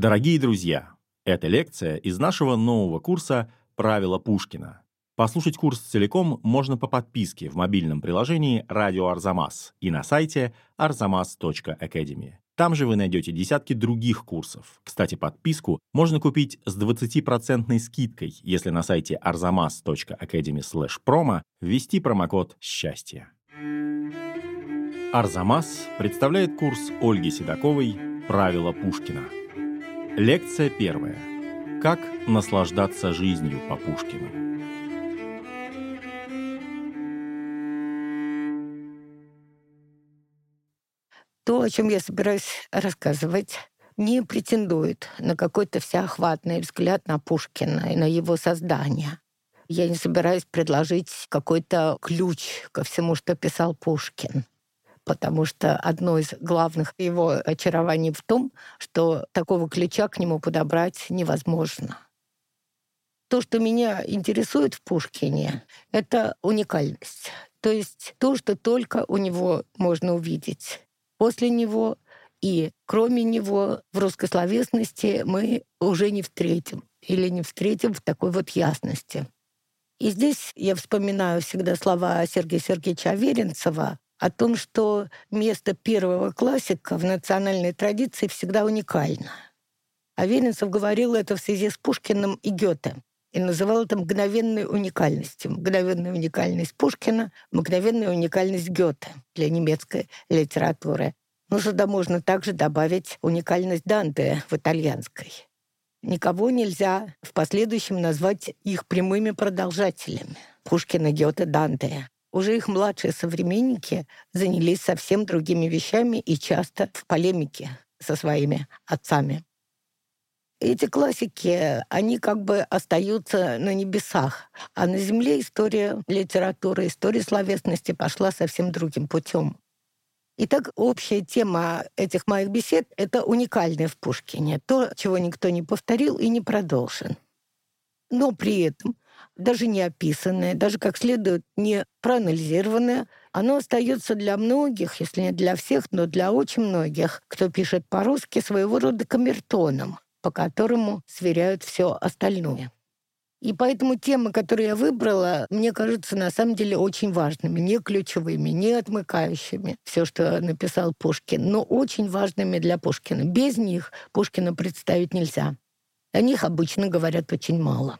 Дорогие друзья, это лекция из нашего нового курса «Правила Пушкина». Послушать курс целиком можно по подписке в мобильном приложении «Радио Арзамас» и на сайте arzamas.academy. Там же вы найдете десятки других курсов. Кстати, подписку можно купить с 20% скидкой, если на сайте arzamas.academy/promo ввести промокод «Счастье». Арзамас представляет курс Ольги Седоковой «Правила Пушкина». Лекция первая. Как наслаждаться жизнью по Пушкину. То, о чем я собираюсь рассказывать, не претендует на какой-то всеохватный взгляд на Пушкина и на его создание. Я не собираюсь предложить какой-то ключ ко всему, что писал Пушкин. Потому что одно из главных его очарований в том, что такого ключа к нему подобрать невозможно. То, что меня интересует в Пушкине, это уникальность. То есть то, что только у него можно увидеть. После него и кроме него в русской словесности мы уже не встретим или не встретим в такой вот ясности. И здесь я вспоминаю всегда слова Сергея Сергеевича Аверинцева о том, что место первого классика в национальной традиции всегда уникально. Аверинцев говорил это в связи с Пушкиным и Гёте и называл это мгновенной уникальностью. Мгновенная уникальность Пушкина, мгновенная уникальность Гёте для немецкой литературы. Но сюда можно также добавить уникальность Данте в итальянской. Никого нельзя в последующем назвать их прямыми продолжателями. Пушкина, Гёте, Данте. Уже их младшие современники занялись совсем другими вещами и часто в полемике со своими отцами. Эти классики, они как бы остаются на небесах, а на земле история литературы, история словесности пошла совсем другим путем. Итак, общая тема этих моих бесед — это уникальное в Пушкине, то, чего никто не повторил и не продолжен. Но при этом даже не описанное, даже как следует не проанализированное, оно остается для многих, если не для всех, но для очень многих, кто пишет по-русски, своего рода камертоном, по которому сверяют все остальное. И поэтому темы, которые я выбрала, мне кажутся на самом деле очень важными, не ключевыми, не отмыкающими все, что написал Пушкин, но очень важными для Пушкина. Без них Пушкина представить нельзя. О них обычно говорят очень мало.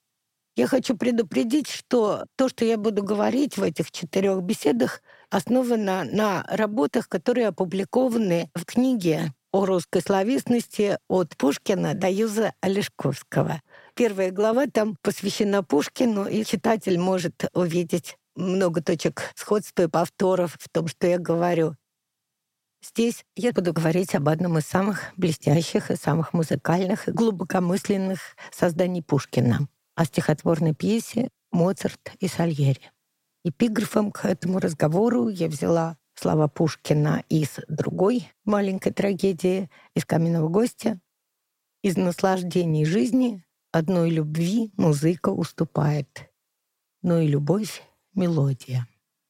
Я хочу предупредить, что то, что я буду говорить в этих 4 беседах, основано на работах, которые опубликованы в книге о русской словесности «От Пушкина до Юза Олешковского». Первая глава там посвящена Пушкину, и читатель может увидеть много точек сходства и повторов в том, что я говорю. Здесь я буду говорить об одном из самых блестящих и самых музыкальных и глубокомысленных созданий Пушкина, о стихотворной пьесе «Моцарт и Сальери». Эпиграфом к этому разговору я взяла слова Пушкина из другой маленькой трагедии, из «Каменного гостя». «Из наслаждений жизни одной любви музыка уступает, но и любовь — мелодия».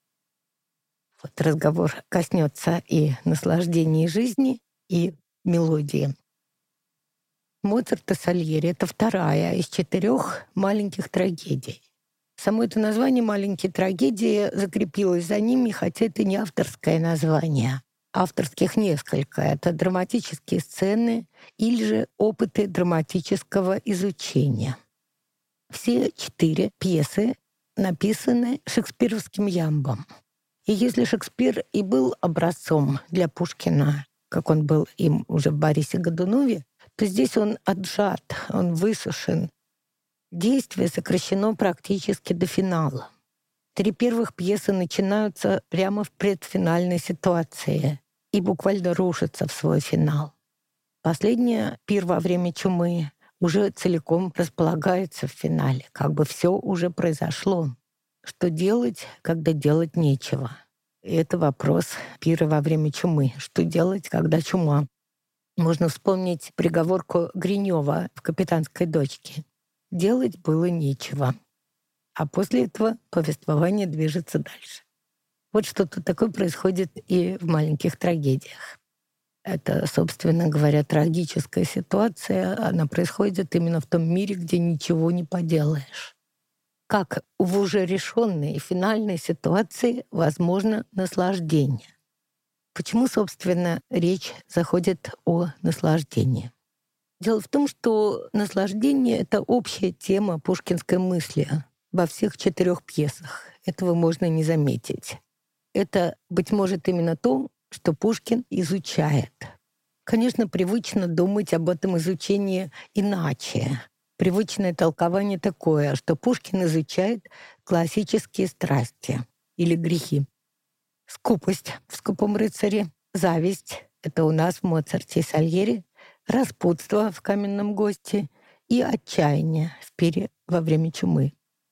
Вот разговор коснется и наслаждений жизни, и мелодии. «Моцарт и Сальери» — это вторая из 4 маленьких трагедий. Само это название «маленькие трагедии» закрепилось за ними, хотя это не авторское название. Авторских несколько. Это драматические сцены или же опыты драматического изучения. Все 4 пьесы написаны шекспировским ямбом. И если Шекспир и был образцом для Пушкина, как он был им уже в «Борисе Годунове», то здесь он отжат, он высушен. Действие сокращено практически до финала. 3 первых пьесы начинаются прямо в предфинальной ситуации и буквально рушатся в свой финал. Последняя «Пир во время чумы» уже целиком располагается в финале, как бы все уже произошло. Что делать, когда делать нечего? И это вопрос «Пира во время чумы». Что делать, когда чума? Можно вспомнить приговорку Гринёва в «Капитанской дочке». Делать было нечего. А после этого повествование движется дальше. Вот что-то такое происходит и в маленьких трагедиях. Это, собственно говоря, трагическая ситуация. Она происходит именно в том мире, где ничего не поделаешь. Как в уже решенной и финальной ситуации возможно наслаждение? Почему, собственно, речь заходит о наслаждении? Дело в том, что наслаждение — это общая тема пушкинской мысли во всех 4 пьесах. Этого можно не заметить. Это, быть может, именно то, что Пушкин изучает. Конечно, привычно думать об этом изучении иначе. Привычное толкование такое, что Пушкин изучает классические страсти или грехи. Скупость в «Скупом рыцаре», зависть — это у нас в Моцарте и Сальери, распутство в «Каменном госте» и отчаяние в «Пире во время чумы».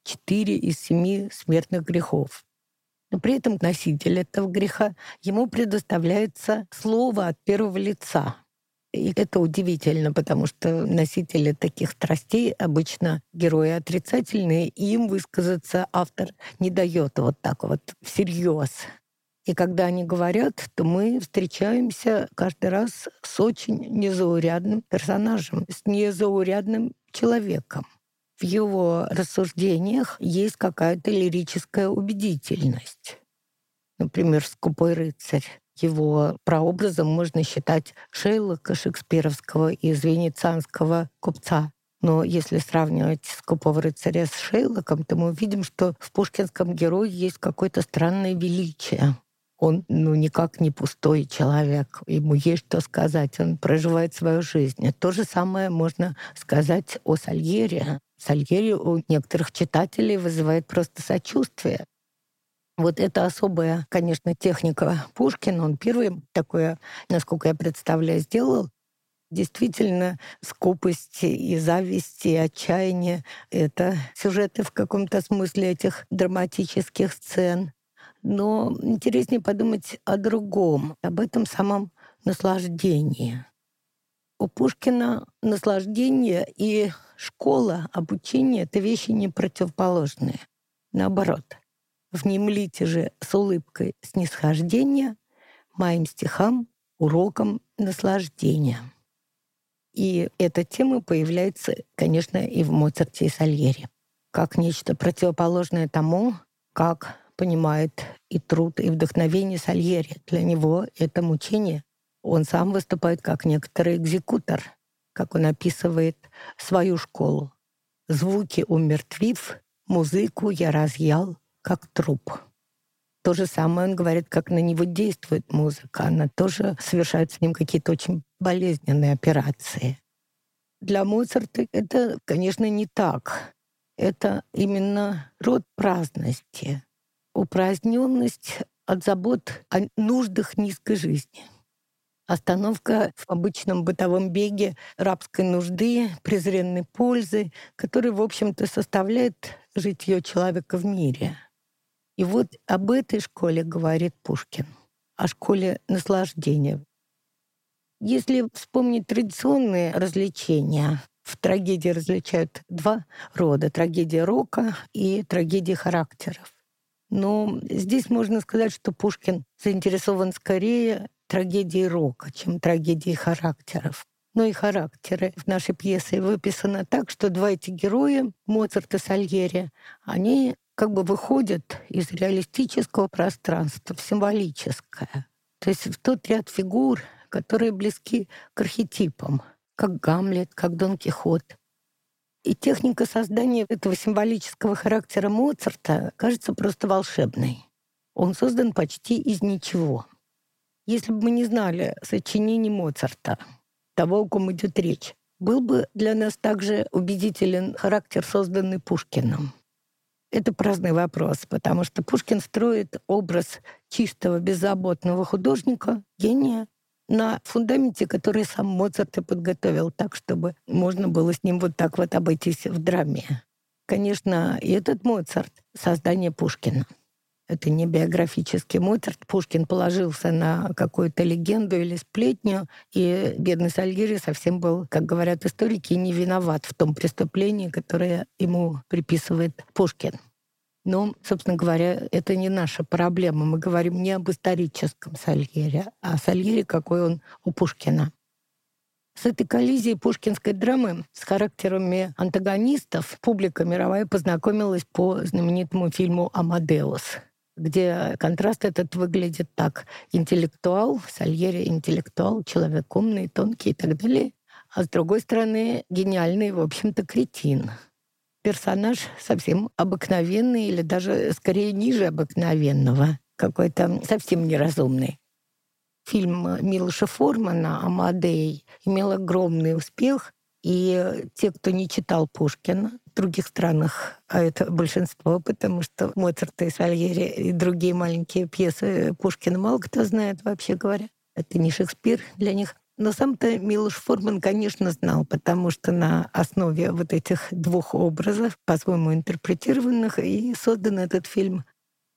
4 из 7 смертных грехов. Но при этом носитель этого греха, ему предоставляется слово от первого лица. И это удивительно, потому что носители таких страстей обычно герои отрицательные, и им высказаться автор не дает вот так вот всерьез. И когда они говорят, то мы встречаемся каждый раз с очень незаурядным персонажем, с незаурядным человеком. В его рассуждениях есть какая-то лирическая убедительность. Например, «Скупой рыцарь». Его прообразом можно считать Шейлока шекспировского из «Венецианского купца». Но если сравнивать «Скупого рыцаря» с Шейлоком, то мы увидим, что в пушкинском герое есть какое-то странное величие. Он никак не пустой человек, ему есть что сказать, он проживает свою жизнь. То же самое можно сказать о Сальери. Сальери у некоторых читателей вызывает просто сочувствие. Вот это особая, конечно, техника Пушкина. Он первый такое, насколько я представляю, сделал. Действительно, скупость и зависть, и отчаяние — это сюжеты в каком-то смысле этих драматических сцен. Но интереснее подумать о другом, об этом самом наслаждении. У Пушкина наслаждение и школа, обучение — это вещи не противоположные. Наоборот, внемлите же с улыбкой снисхождения моим стихам, урокам наслаждения. И эта тема появляется, конечно, и в Моцарте и Сальери, как нечто противоположное тому, как понимает и труд, и вдохновение Сальери. Для него это мучение. Он сам выступает как некоторый экзекутор, как он описывает свою школу. «Звуки умертвив, музыку я разъял, как труп». То же самое он говорит, как на него действует музыка. Она тоже совершает с ним какие-то очень болезненные операции. Для Моцарта это, конечно, не так. Это именно род праздности. Упраздненность от забот о нуждах низкой жизни. Остановка в обычном бытовом беге рабской нужды, презренной пользы, который, в общем-то, составляет житье человека в мире. И вот об этой школе говорит Пушкин, о школе наслаждения. Если вспомнить традиционные развлечения, в трагедии различают 2 рода — трагедия рока и трагедия характеров. Но здесь можно сказать, что Пушкин заинтересован скорее трагедией рока, чем трагедией характеров. Но и характеры в нашей пьесе выписаны так, что 2 эти героя, Моцарт и Сальери, они как бы выходят из реалистического пространства в символическое. То есть в тот ряд фигур, которые близки к архетипам, как Гамлет, как Дон Кихот. И техника создания этого символического характера Моцарта кажется просто волшебной. Он создан почти из ничего. Если бы мы не знали сочинений Моцарта, того, о ком идет речь, был бы для нас также убедителен характер, созданный Пушкиным. Это праздный вопрос, потому что Пушкин строит образ чистого, беззаботного художника, гения, на фундаменте, который сам Моцарт и подготовил так, чтобы можно было с ним вот так вот обойтись в драме. Конечно, и этот Моцарт — создание Пушкина. Это не биографический Моцарт. Пушкин положился на какую-то легенду или сплетню, и бедный Сальери совсем был, как говорят историки, не виноват в том преступлении, которое ему приписывает Пушкин. Но, собственно говоря, это не наша проблема. Мы говорим не об историческом Сальери, а о Сальери, какой он у Пушкина. С этой коллизией пушкинской драмы с характерами антагонистов публика мировая познакомилась по знаменитому фильму «Амадеус», где контраст этот выглядит так. Интеллектуал, Сальери интеллектуал, человек умный, тонкий и так далее. А с другой стороны, гениальный, в общем-то, кретин. Персонаж совсем обыкновенный или даже скорее ниже обыкновенного, какой-то совсем неразумный. Фильм Милоша Формана «Амадей» имел огромный успех, и те, кто не читал Пушкина в других странах, а это большинство, потому что Моцарта и Сальери и другие маленькие пьесы Пушкина мало кто знает, вообще говоря. Это не Шекспир для них. Но сам-то Милош Форман, конечно, знал, потому что на основе вот этих двух образов, по-своему интерпретированных, и создан этот фильм.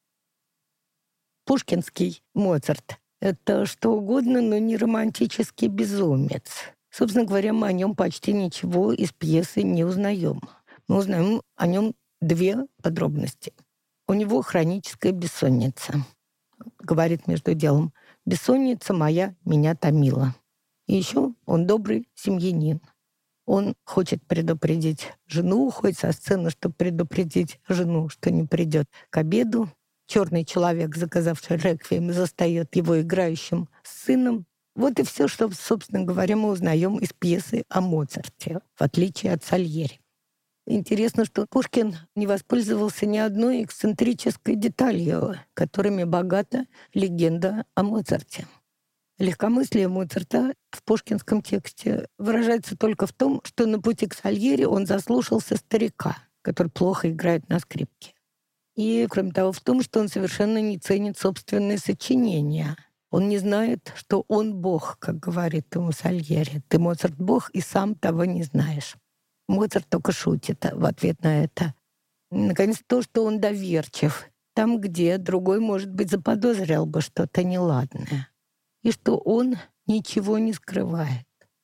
Пушкинский Моцарт — это что угодно, но не романтический безумец. Собственно говоря, мы о нем почти ничего из пьесы не узнаем. Мы узнаем о нем две подробности. У него хроническая бессонница. Говорит между делом: «Бессонница моя меня томила». И еще он добрый семьянин. Он хочет предупредить жену, уходит со сцены, чтобы предупредить жену, что не придет к обеду. Черный человек, заказавший реквием, застает его играющим с сыном. Вот и все, что, собственно говоря, мы узнаем из пьесы о Моцарте, в отличие от Сальери. Интересно, что Пушкин не воспользовался ни одной эксцентрической деталью, которыми богата легенда о Моцарте. Легкомыслие Моцарта в пушкинском тексте выражается только в том, что на пути к Сальери он заслушался старика, который плохо играет на скрипке. И, кроме того, в том, что он совершенно не ценит собственные сочинения. Он не знает, что он Бог, как говорит ему Сальери. Ты, Моцарт, Бог, и сам того не знаешь. Моцарт только шутит в ответ на это. Наконец, то, что он доверчив, там, где другой, может быть, заподозрил бы что-то неладное. И что он ничего не скрывает.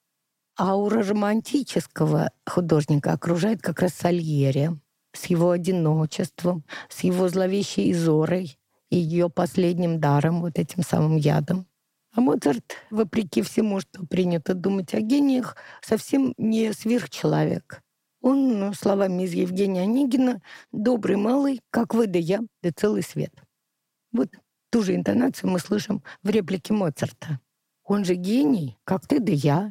Аура романтического художника окружает как раз Сальери с его одиночеством, с его зловещей Изорой и ее последним даром, вот этим самым ядом. А Моцарт, вопреки всему, что принято думать о гениях, совсем не сверхчеловек. Он, словами из Евгения Онегина, добрый малый, как вы да я, да целый свет. Вот ту же интонацию мы слышим в реплике Моцарта. Он же гений, как ты да я.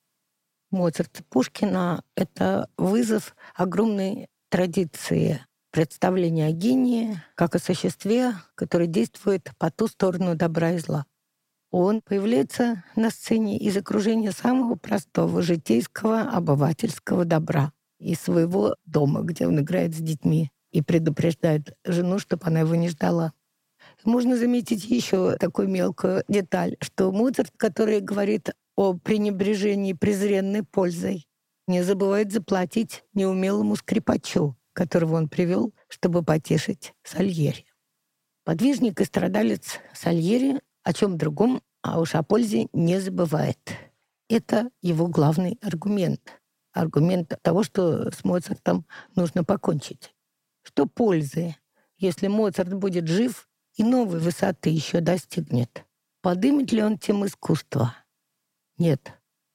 Моцарт Пушкина — это вызов огромной традиции представления о гении как о существе, который действует по ту сторону добра и зла. Он появляется на сцене из окружения самого простого, житейского, обывательского добра, из своего дома, где он играет с детьми и предупреждает жену, чтобы она его не ждала. Можно заметить еще такую мелкую деталь, что Моцарт, который говорит о пренебрежении презренной пользой, не забывает заплатить неумелому скрипачу, которого он привел, чтобы потешить Сальери. Подвижник и страдалец Сальери о чем другом, а уж о пользе не забывает. Это его главный аргумент. Аргумент того, что с Моцартом нужно покончить. Что пользы, если Моцарт будет жив и новой высоты еще достигнет? Подымет ли он тем искусство? Нет.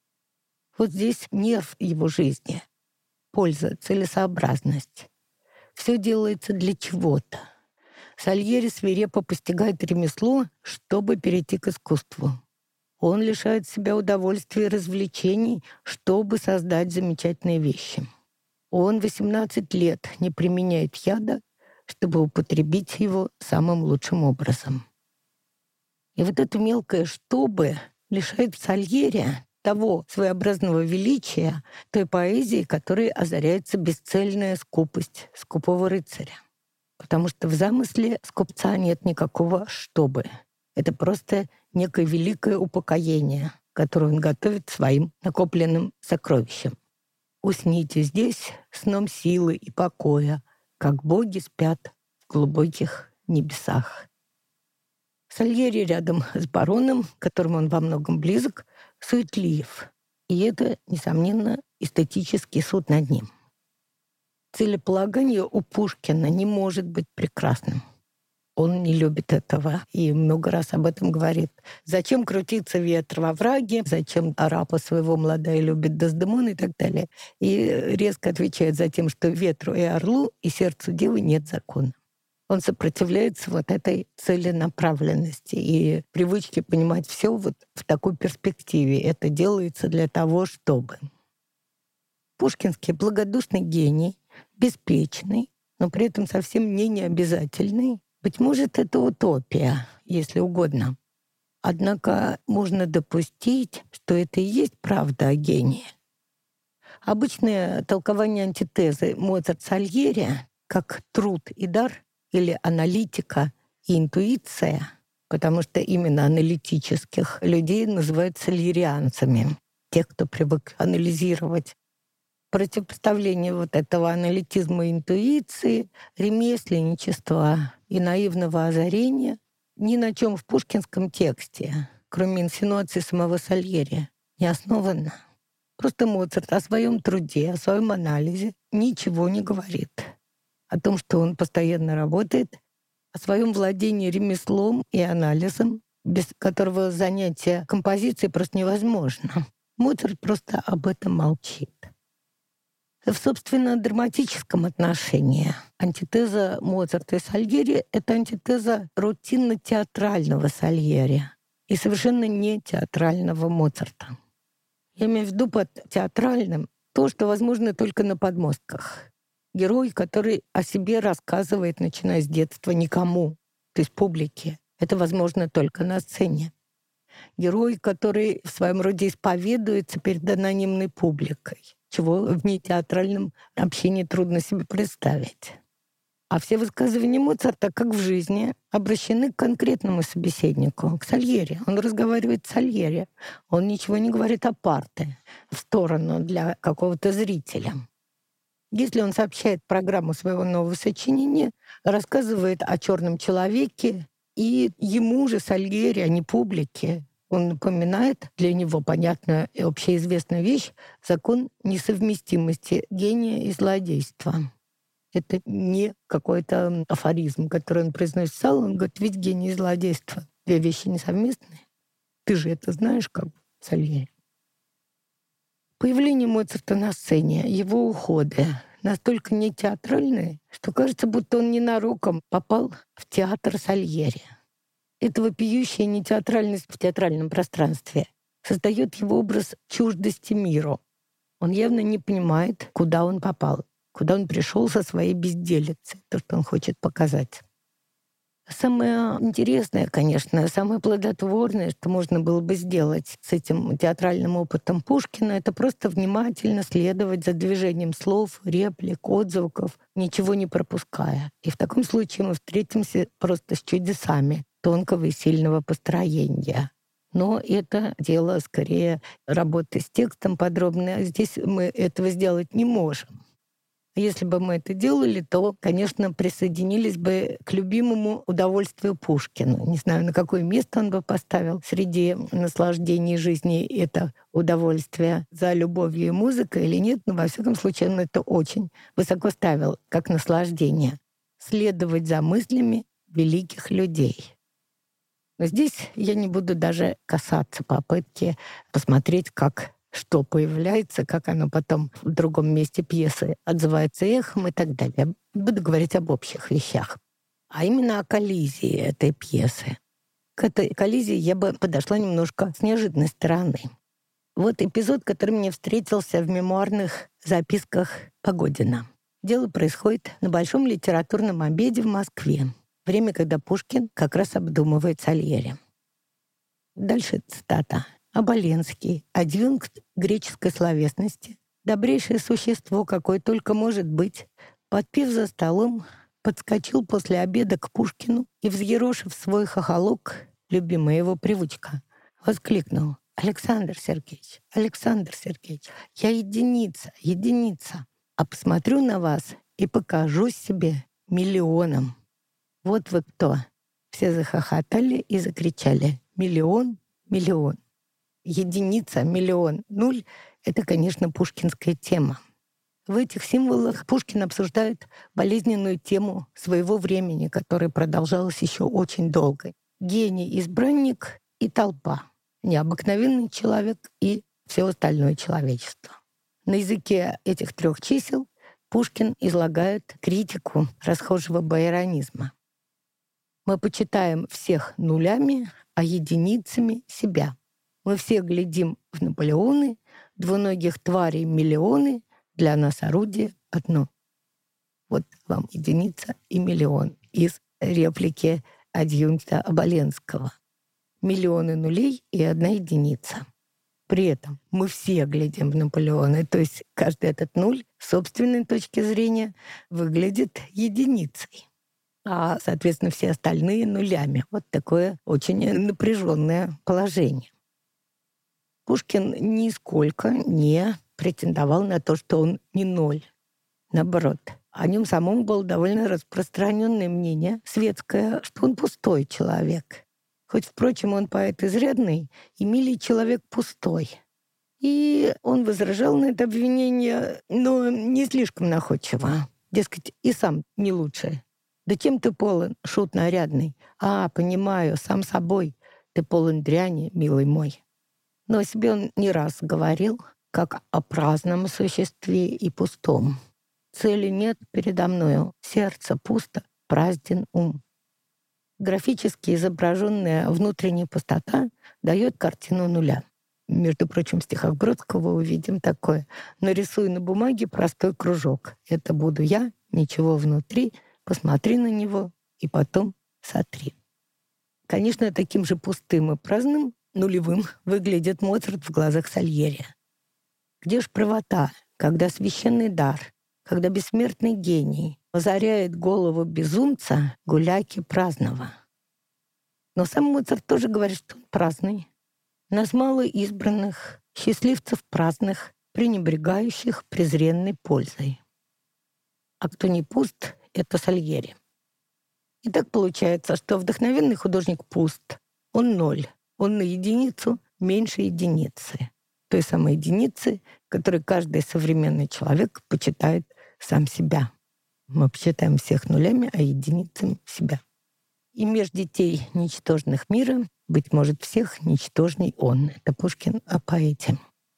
Вот здесь нерв его жизни. Польза, целесообразность. Все делается для чего-то. Сальери свирепо постигает ремесло, чтобы перейти к искусству. Он лишает себя удовольствия и развлечений, чтобы создать замечательные вещи. Он 18 лет не применяет яда, чтобы употребить его самым лучшим образом. И вот это мелкое «чтобы» лишает Сальери того своеобразного величия, той поэзии, которой озаряется бесцельная скупость скупого рыцаря. Потому что в замысле скупца нет никакого «чтобы». Это просто некое великое упокоение, которое он готовит своим накопленным сокровищем. «Усните здесь сном силы и покоя, как боги спят в глубоких небесах». Сальери рядом с бароном, которому он во многом близок, суетлив. И это, несомненно, эстетический суд над ним. Целеполагание у Пушкина не может быть прекрасным. Он не любит этого и много раз об этом говорит. Зачем крутиться ветер во враге, зачем арапа своего молодая любит Дездемон и так далее. И резко отвечает за тем, что ветру и орлу и сердцу девы нет закона. Он сопротивляется вот этой целенаправленности и привычке понимать все вот в такой перспективе. Это делается для того, чтобы. Пушкинский благодушный гений, беспечный, но при этом совсем не необязательный. Быть может, это утопия, если угодно. Однако можно допустить, что это и есть правда о гении. Обычное толкование антитезы Моцарт-Сальери как труд и дар или аналитика и интуиция, потому что именно аналитических людей называют сальерианцами, тех, кто привык анализировать. Противопоставление вот этого аналитизма и интуиции, ремесленничества и наивного озарения ни на чем в пушкинском тексте, кроме инсинуации самого Сальери, не основано. Просто Моцарт о своем труде, о своем анализе ничего не говорит. О том, что он постоянно работает, о своем владении ремеслом и анализом, без которого занятие композицией просто невозможно. Моцарт просто об этом молчит. В, собственно, драматическом отношении антитеза Моцарта и Сальери — это антитеза рутинно-театрального Сальери и совершенно не театрального Моцарта. Я имею в виду под театральным то, что возможно только на подмостках. Герой, который о себе рассказывает, начиная с детства, никому, то есть публике. Это возможно только на сцене. Герой, который в своем роде исповедуется перед анонимной публикой, чего в нетеатральном общении трудно себе представить. А все высказывания Моцарта, как в жизни, обращены к конкретному собеседнику, к Сальери. Он разговаривает с Сальери. Он ничего не говорит апарте, в сторону для какого-то зрителя. Если он сообщает программу своего нового сочинения, рассказывает о черном человеке, и ему же, Сальери, а не публике, он напоминает для него понятную и общеизвестную вещь — закон несовместимости гения и злодейства. Это не какой-то афоризм, который он произносит в зале. Он говорит, ведь гений и злодейство — две вещи несовместные. Ты же это знаешь, как Сальери. Появление Моцарта на сцене, его уходы настолько не театральные, что кажется, будто он ненароком попал в театр Сальери. Эта вопиющая нетеатральность в театральном пространстве создает его образ чуждости миру. Он явно не понимает, куда он попал, куда он пришел со своей безделицей, то, что он хочет показать. Самое интересное, конечно, самое плодотворное, что можно было бы сделать с этим театральным опытом Пушкина, это просто внимательно следовать за движением слов, реплик, отзвуков, ничего не пропуская. И в таком случае мы встретимся просто с чудесами тонкого и сильного построения. Но это дело скорее работы с текстом подробно. Здесь мы этого сделать не можем. Если бы мы это делали, то, конечно, присоединились бы к любимому удовольствию Пушкина. Не знаю, на какое место он бы поставил среди наслаждений жизни это удовольствие за любовью и музыкой или нет, но во всяком случае он это очень высоко ставил, как наслаждение. Следовать за мыслями великих людей. Но здесь я не буду даже касаться попытки посмотреть, как что появляется, как оно потом в другом месте пьесы отзывается эхом и так далее. Буду говорить об общих вещах. А именно о коллизии этой пьесы. К этой коллизии я бы подошла немножко с неожиданной стороны. Вот эпизод, который мне встретился в мемуарных записках Погодина. Дело происходит на большом литературном обеде в Москве. Время, когда Пушкин как раз обдумывает Сальери. Дальше цитата. Оболенский, адъюнкт греческой словесности, добрейшее существо, какое только может быть, подпив за столом, подскочил после обеда к Пушкину и, взъерошив свой хохолок, любимая его привычка, воскликнул: «Александр Сергеевич, Александр Сергеевич, я единица, единица, а посмотрю на вас и покажусь себе миллионом». Вот вы кто. Все захохотали и закричали: «Миллион, миллион». Единица, миллион, нуль — это, конечно, пушкинская тема. В этих символах Пушкин обсуждает болезненную тему своего времени, которая продолжалась еще очень долго. Гений, избранник и толпа. Необыкновенный человек и все остальное человечество. На языке этих трех чисел Пушкин излагает критику расхожего байронизма. Мы почитаем всех нулями, а единицами себя. Мы все глядим в Наполеоны, двуногих тварей миллионы, для нас орудие одно. Вот вам единица и миллион из реплики адъюнкта Оболенского. Миллионы нулей и одна единица. При этом мы все глядим в Наполеоны, то есть каждый этот нуль с собственной точки зрения выглядит единицей, а, соответственно, все остальные нулями. Вот такое очень напряженное положение. Пушкин нисколько не претендовал на то, что он не ноль. Наоборот, о нем самом было довольно распространенное мнение светское, что он пустой человек. Хоть, впрочем, он поэт изрядный, Эмилий человек пустой. И он возражал на это обвинение, но не слишком находчиво. Дескать, и сам не лучше. «Да чем ты полон, шут нарядный? А, понимаю, сам собой. Ты полон дряни, милый мой». Но о себе он не раз говорил, как о праздном существе и пустом. Цели нет передо мною, сердце пусто, празден ум. Графически изображенная внутренняя пустота дает картину нуля. Между прочим, в стихах Бродского увидим такое. Нарисуй на бумаге простой кружок. Это буду я, ничего внутри, посмотри на него и потом сотри. Конечно, таким же пустым и праздным, нулевым выглядит Моцарт в глазах Сальери. Где ж правота, когда священный дар, когда бессмертный гений озаряет голову безумца гуляки праздного? Но сам Моцарт тоже говорит, что он праздный. Нас мало избранных, счастливцев праздных, пренебрегающих презренной пользой. А кто не пуст, это Сальери. И так получается, что вдохновенный художник пуст. Он ноль. Он на единицу меньше единицы. Той самой единицы, которой каждый современный человек почитает сам себя. Мы почитаем всех нулями, а единицами себя. И меж детей ничтожных мира, быть может, всех ничтожней он. Это Пушкин о поэте.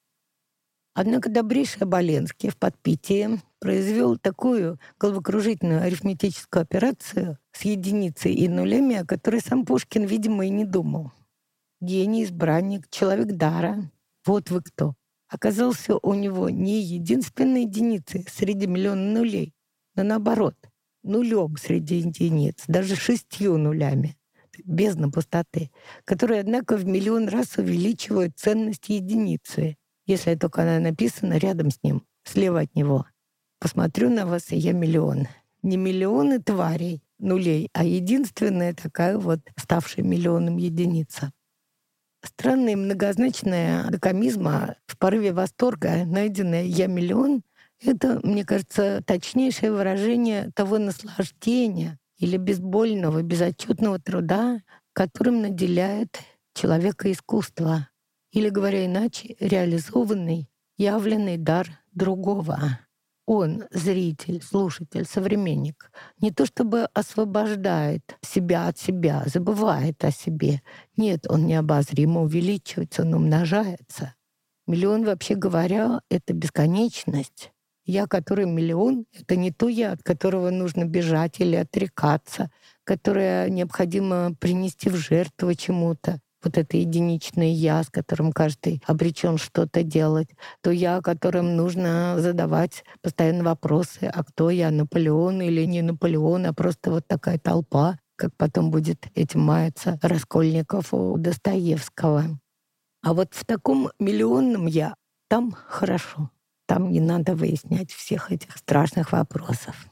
Однако добрейший Оболенский в подпитии произвел такую головокружительную арифметическую операцию с единицей и нулями, о которой сам Пушкин, видимо, и не думал. Гений, избранник, человек дара — вот вы кто. Оказался у него не единственной единицей среди миллиона нулей, но наоборот, нулем среди единиц, даже 6 нулями. Бездна пустоты, которые, однако, в миллион раз увеличивают ценность единицы, если только она написана рядом с ним, слева от него. Посмотрю на вас, и я миллион. Не миллионы тварей, нулей, а единственная такая вот, ставшая миллионом единица. Странная и многозначная докомизма в порыве восторга, найденная «я миллион», это, мне кажется, точнейшее выражение того наслаждения или безбольного, безотчетного труда, которым наделяет человека искусство. Или, говоря иначе, реализованный, явленный дар другого. Он, зритель, слушатель, современник, не то чтобы освобождает себя от себя, забывает о себе. Нет, он необозримо увеличивается, он умножается. Миллион, вообще говоря, — это бесконечность. Я, который миллион, — это не то я, от которого нужно бежать или отрекаться, которое необходимо принести в жертву чему-то. Вот это единичное «я», с которым каждый обречен что-то делать, то «я», которым нужно задавать постоянно вопросы, а кто я, Наполеон или не Наполеон, а просто вот такая толпа, как потом будет этим маяться Раскольников у Достоевского. А вот в таком миллионном «я» там хорошо, там не надо выяснять всех этих страшных вопросов.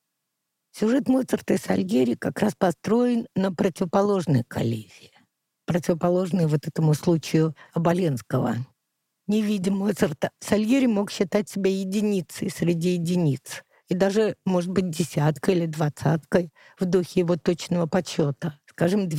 Сюжет Моцарта и Сальери как раз построен на противоположной коллизии, противоположный вот этому случаю Оболенского. Не видя Моцарта, Сальери мог считать себя единицей среди единиц. И даже, может быть, десяткой или двадцаткой в духе его точного подсчета, скажем,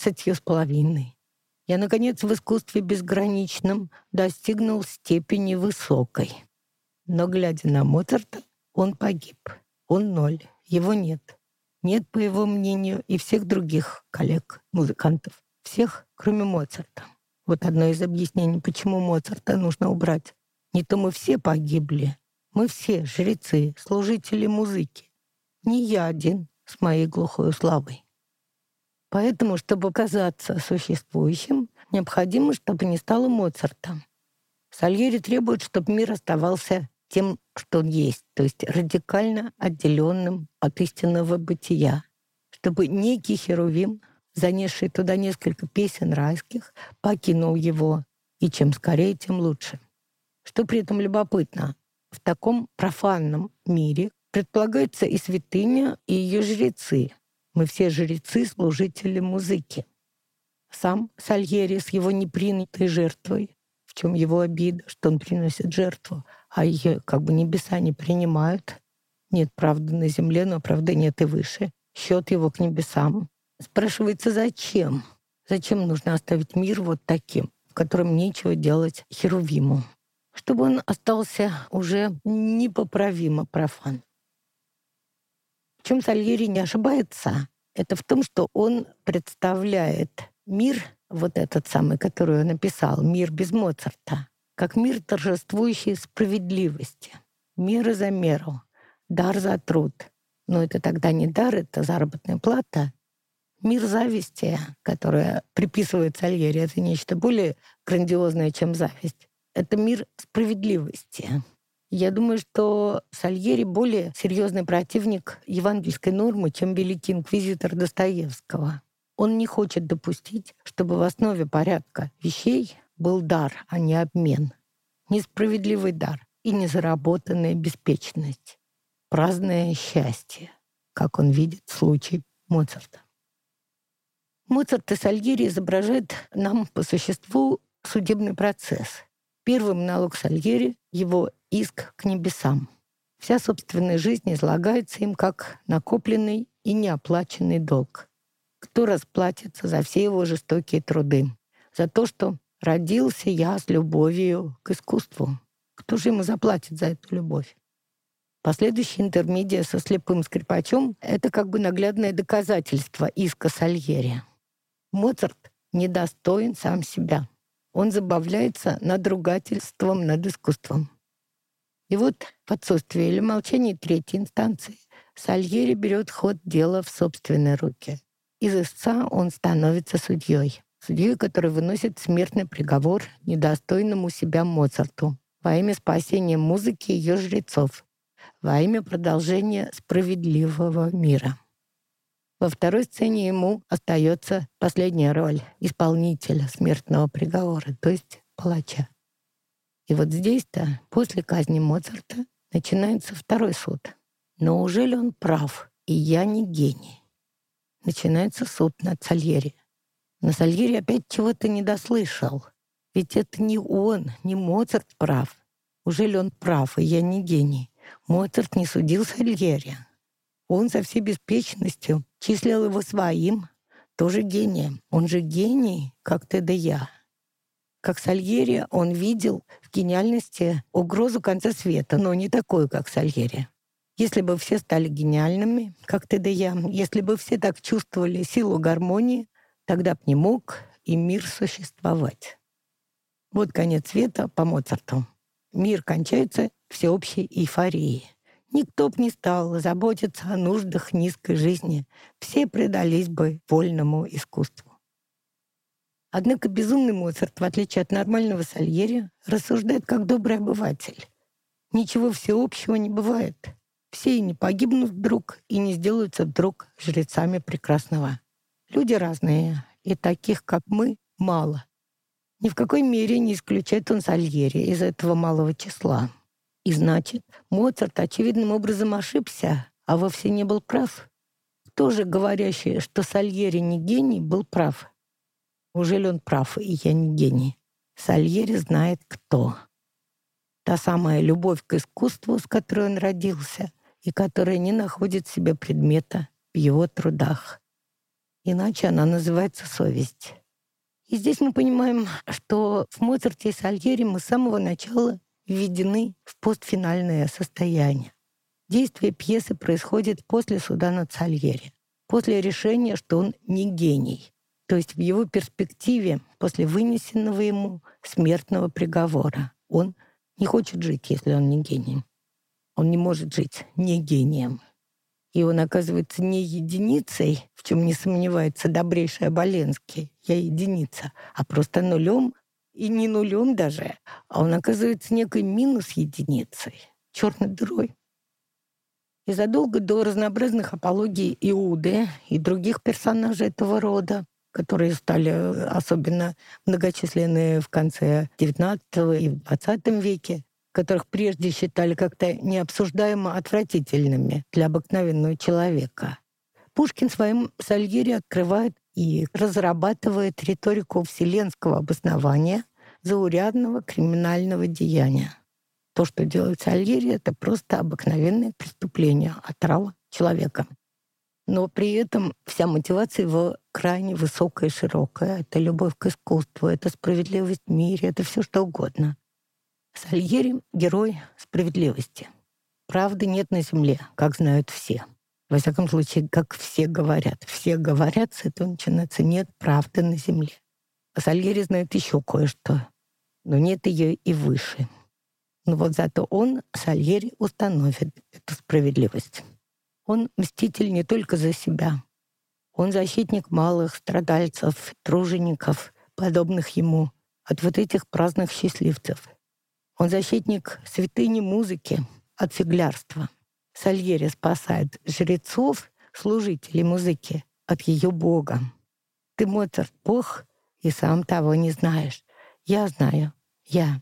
12,5. Я, наконец, в искусстве безграничном достигнул степени высокой. Но, глядя на Моцарта, он погиб. Он ноль. Его нет. Нет, по его мнению, и всех других коллег, музыкантов. Всех, кроме Моцарта. Вот одно из объяснений, почему Моцарта нужно убрать. Не то мы все погибли. Мы все жрецы, служители музыки. Не я один с моей глухой славой. Поэтому, чтобы казаться существующим, необходимо, чтобы не стало Моцарта. Сальери требует, чтобы мир оставался тем, что он есть, то есть радикально отделенным от истинного бытия. Чтобы некий херувим, занесший туда несколько песен райских, покинул его, и чем скорее, тем лучше. Что при этом любопытно, в таком профанном мире предполагается и святыня, и ее жрецы. Мы все жрецы, служители музыки. Сам Сальери с его непринятой жертвой, в чем его обида, что он приносит жертву, а ее как бы небеса не принимают. Нет правды на земле, но правды нет и выше. Счет его к небесам. Спрашивается, зачем? Зачем нужно оставить мир вот таким, в котором нечего делать херувиму? Чтобы он остался уже непоправимо профан. В чем Сальери не ошибается, это в том, что он представляет мир, вот этот самый, который он написал, мир без Моцарта, как мир, торжествующий справедливости. Мера за меру, дар за труд. Но это тогда не дар, это заработная плата. Мир зависти, которая приписывает Сальери, это нечто более грандиозное, чем зависть. Это мир справедливости. Я думаю, что Сальери более серьезный противник евангельской нормы, чем великий инквизитор Достоевского. Он не хочет допустить, чтобы в основе порядка вещей был дар, а не обмен. Несправедливый дар и незаработанная беспечность. Праздное счастье, как он видит случай Моцарта. Моцарт и Сальери изображают нам по существу судебный процесс. Первый монолог Сальери — его иск к небесам. Вся собственная жизнь излагается им как накопленный и неоплаченный долг. Кто расплатится за все его жестокие труды? За то, что родился я с любовью к искусству. Кто же ему заплатит за эту любовь? Последующая интермедия со слепым скрипачом — это как бы наглядное доказательство иска Сальери. Моцарт недостоин сам себя. Он забавляется надругательством над искусством. И вот в отсутствии или молчании третьей инстанции Сальери берет ход дела в собственные руки. Из истца он становится судьей. Судьей, который выносит смертный приговор недостойному себя Моцарту во имя спасения музыки и ее жрецов, во имя продолжения справедливого мира. Во второй сцене ему остается последняя роль исполнителя смертного приговора, то есть палача. И вот здесь-то, после казни Моцарта, начинается второй суд. Но уже ли он прав, и я не гений? Начинается суд над Сальери. Но Сальери опять чего-то не дослышал. Ведь это не он, не Моцарт прав. Уже ли он прав, и я не гений? Моцарт не судил Сальери. Он со всей беспечностью числил его своим, тоже гением. Он же гений, как ты да я. Как Сальери, он видел в гениальности угрозу конца света, но не такую, как Сальери. Если бы все стали гениальными, как ты да я, если бы все так чувствовали силу гармонии, тогда б не мог и мир существовать. Вот конец света по Моцарту. Мир кончается всеобщей эйфорией. Никто б не стал заботиться о нуждах низкой жизни. Все предались бы вольному искусству. Однако безумный Моцарт, в отличие от нормального Сальери, рассуждает как добрый обыватель. Ничего всеобщего не бывает. Все и не погибнут вдруг, и не сделаются вдруг жрецами прекрасного. Люди разные, и таких, как мы, мало. Ни в какой мере не исключает он Сальери из этого малого числа. И значит, Моцарт очевидным образом ошибся, а вовсе не был прав. Кто же, говорящий, что Сальери не гений, был прав? Неужели он прав, и я не гений? Сальери знает кто. Та самая любовь к искусству, с которой он родился, и которая не находит себе предмета в его трудах. Иначе она называется совесть. И здесь мы понимаем, что в Моцарте и Сальери мы с самого начала введены в постфинальное состояние. Действие пьесы происходит после суда над Сальери, после решения, что он не гений, то есть в его перспективе после вынесенного ему смертного приговора. Он не хочет жить, если он не гений. Он не может жить не гением. И он оказывается не единицей, в чем не сомневается добрейший Оболенский, я единица, а просто нулем, и не нулем даже, а он оказывается некой минус единицей, черной дырой. И задолго до разнообразных апологий Иуды и других персонажей этого рода, которые стали особенно многочисленны в конце XIX и в XX веке, которых прежде считали как-то необсуждаемо отвратительными для обыкновенного человека. Пушкин своим Сальери открывает и разрабатывает риторику вселенского обоснования заурядного криминального деяния. То, что делает Сальери, это просто обыкновенное преступление, отрава человека. Но при этом вся мотивация его крайне высокая и широкая. Это любовь к искусству, это справедливость в мире, это все что угодно. Сальери — герой справедливости. Правды нет на земле, как знают все. Во всяком случае, как все говорят. Все говорят, с этого начинается: нет правды на земле. А Сальери знает еще кое-что, но нет ее и выше. Но вот зато он, Сальери, установит эту справедливость. Он мститель не только за себя. Он защитник малых страдальцев, тружеников, подобных ему, от вот этих праздных счастливцев. Он защитник святыни музыки от фиглярства. Сальери спасает жрецов, служителей музыки, от ее бога. Ты, Моцарт, бог, и сам того не знаешь. Я знаю, я.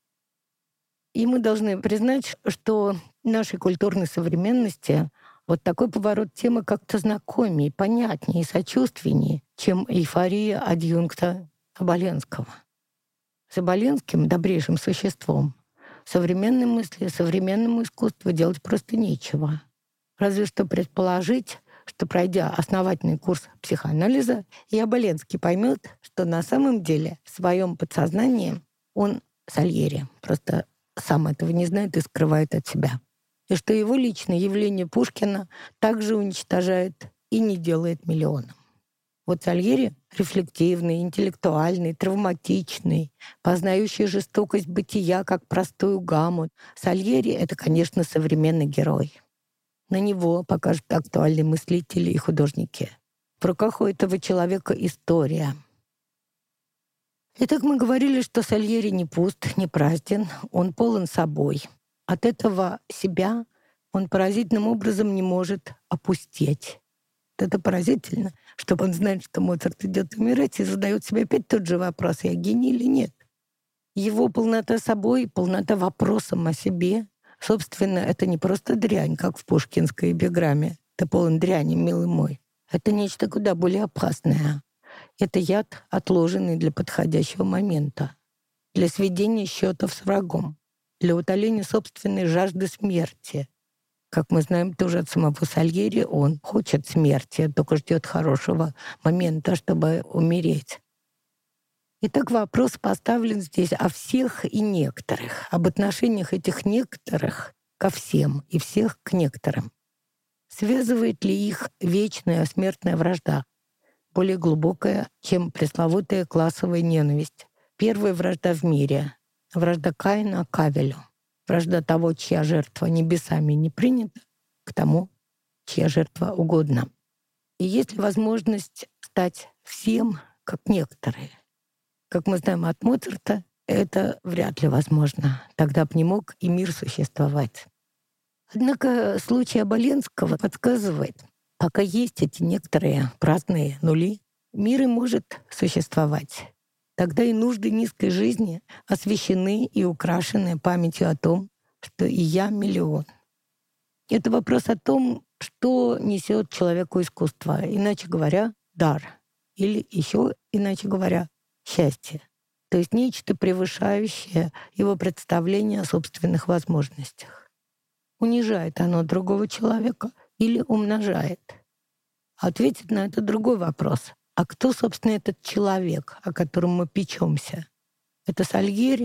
И мы должны признать, что нашей культурной современности вот такой поворот темы как-то знакомее, понятнее и сочувственнее, чем эйфория адъюнкта Оболенского. С Оболенским, добрейшим существом, современной мысли, современному искусству делать просто нечего. Разве что предположить, что, пройдя основательный курс психоанализа, и Оболенский поймет, что на самом деле в своем подсознании он Сальери, просто сам этого не знает и скрывает от себя. И что его личное явление Пушкина также уничтожает и не делает миллионом. Вот Сальери рефлективный, интеллектуальный, травматичный, познающий жестокость бытия как простую гамму. Сальери — это, конечно, современный герой. На него покажут актуальные мыслители и художники. В руках у этого человека история. Итак, мы говорили, что Сальери не пуст, не празден, он полон собой. От этого себя он поразительным образом не может опустеть. Это поразительно, что он знает, что Моцарт идет умирать, и задает себе опять тот же вопрос: я гений или нет? Его полнота собой, полнота вопросом о себе, собственно, это не просто дрянь, как в пушкинской эпиграмме. Ты полон дряни, милый мой. Это нечто куда более опасное. Это яд, отложенный для подходящего момента, для сведения счетов с врагом, для утоления собственной жажды смерти. Как мы знаем тоже от самого Сальери, он хочет смерти, только ждет хорошего момента, чтобы умереть. Итак, вопрос поставлен здесь о всех и некоторых, об отношениях этих некоторых ко всем и всех к некоторым. Связывает ли их вечная смертная вражда, более глубокая, чем пресловутая классовая ненависть? Первая вражда в мире — вражда Каина к Авелю. Вражда того, чья жертва небесами не принята, к тому, чья жертва угодна. И есть ли возможность стать всем, как некоторые? Как мы знаем от Моцарта, это вряд ли возможно. Тогда бы не мог и мир существовать. Однако случай Оболенского подсказывает, пока есть эти некоторые праздные нули, мир и может существовать. Тогда и нужды низкой жизни освящены и украшены памятью о том, что и я миллион. Это вопрос о том, что несет человеку искусство, иначе говоря, дар, или еще иначе говоря, счастье. То есть нечто превышающее его представление о собственных возможностях. Унижает оно другого человека или умножает? Ответить на это другой вопрос. А кто, собственно, этот человек, о котором мы печемся? Это Сальери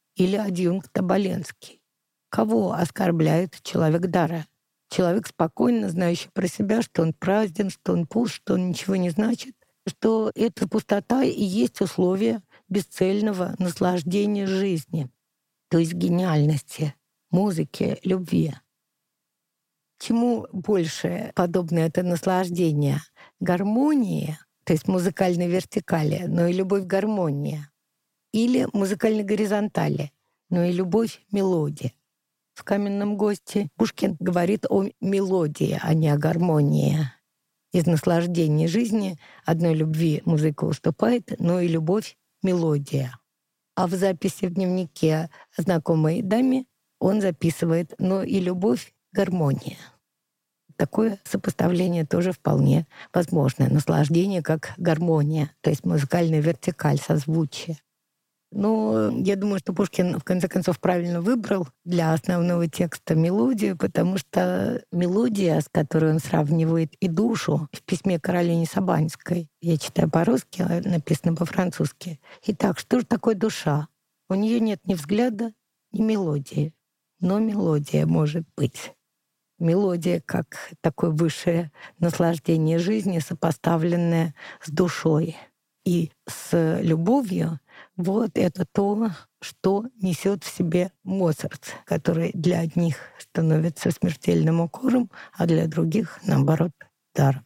или адъюнкт Оболенский. Кого оскорбляет человек дара? Человек, спокойно знающий про себя, что он празден, что он пуст, что он ничего не значит, что эта пустота и есть условие бесцельного наслаждения жизни, то есть гениальности, музыки, любви. Чему больше подобно это наслаждение? Гармонии, то есть музыкальной вертикали, но и любовь гармонии, или музыкальной горизонтали, но и любовь мелодии. В «Каменном госте» Пушкин говорит о мелодии, а не о гармонии. Из наслаждения жизни одной любви музыка уступает, но и любовь — мелодия. А в записи в дневнике знакомой даме он записывает «но и любовь — гармония». Такое сопоставление тоже вполне возможно. Наслаждение как гармония, то есть музыкальная вертикаль, созвучие. Но я думаю, что Пушкин, в конце концов, правильно выбрал для основного текста мелодию, потому что мелодия, с которой он сравнивает и душу, в письме Каролине Сабанской, я читаю по-русски, а написано по-французски. Итак, что же такое душа? У нее нет ни взгляда, ни мелодии. Но мелодия может быть. Мелодия как такое высшее наслаждение жизни, сопоставленное с душой и с любовью. Вот это то, что несет в себе Моцарт, который для одних становится смертельным укором, а для других, наоборот, даром.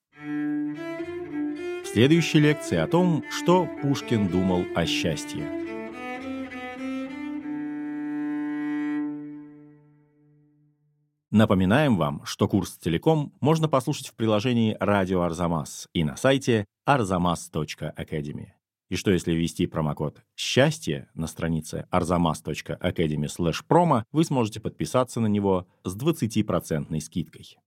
В следующей лекции о том, что Пушкин думал о счастье. Напоминаем вам, что курс целиком можно послушать в приложении «Радио Арзамас» и на сайте arzamas.academy. И что если ввести промокод «Счастье» на странице arzamas.academy/promo, вы сможете подписаться на него с 20% скидкой.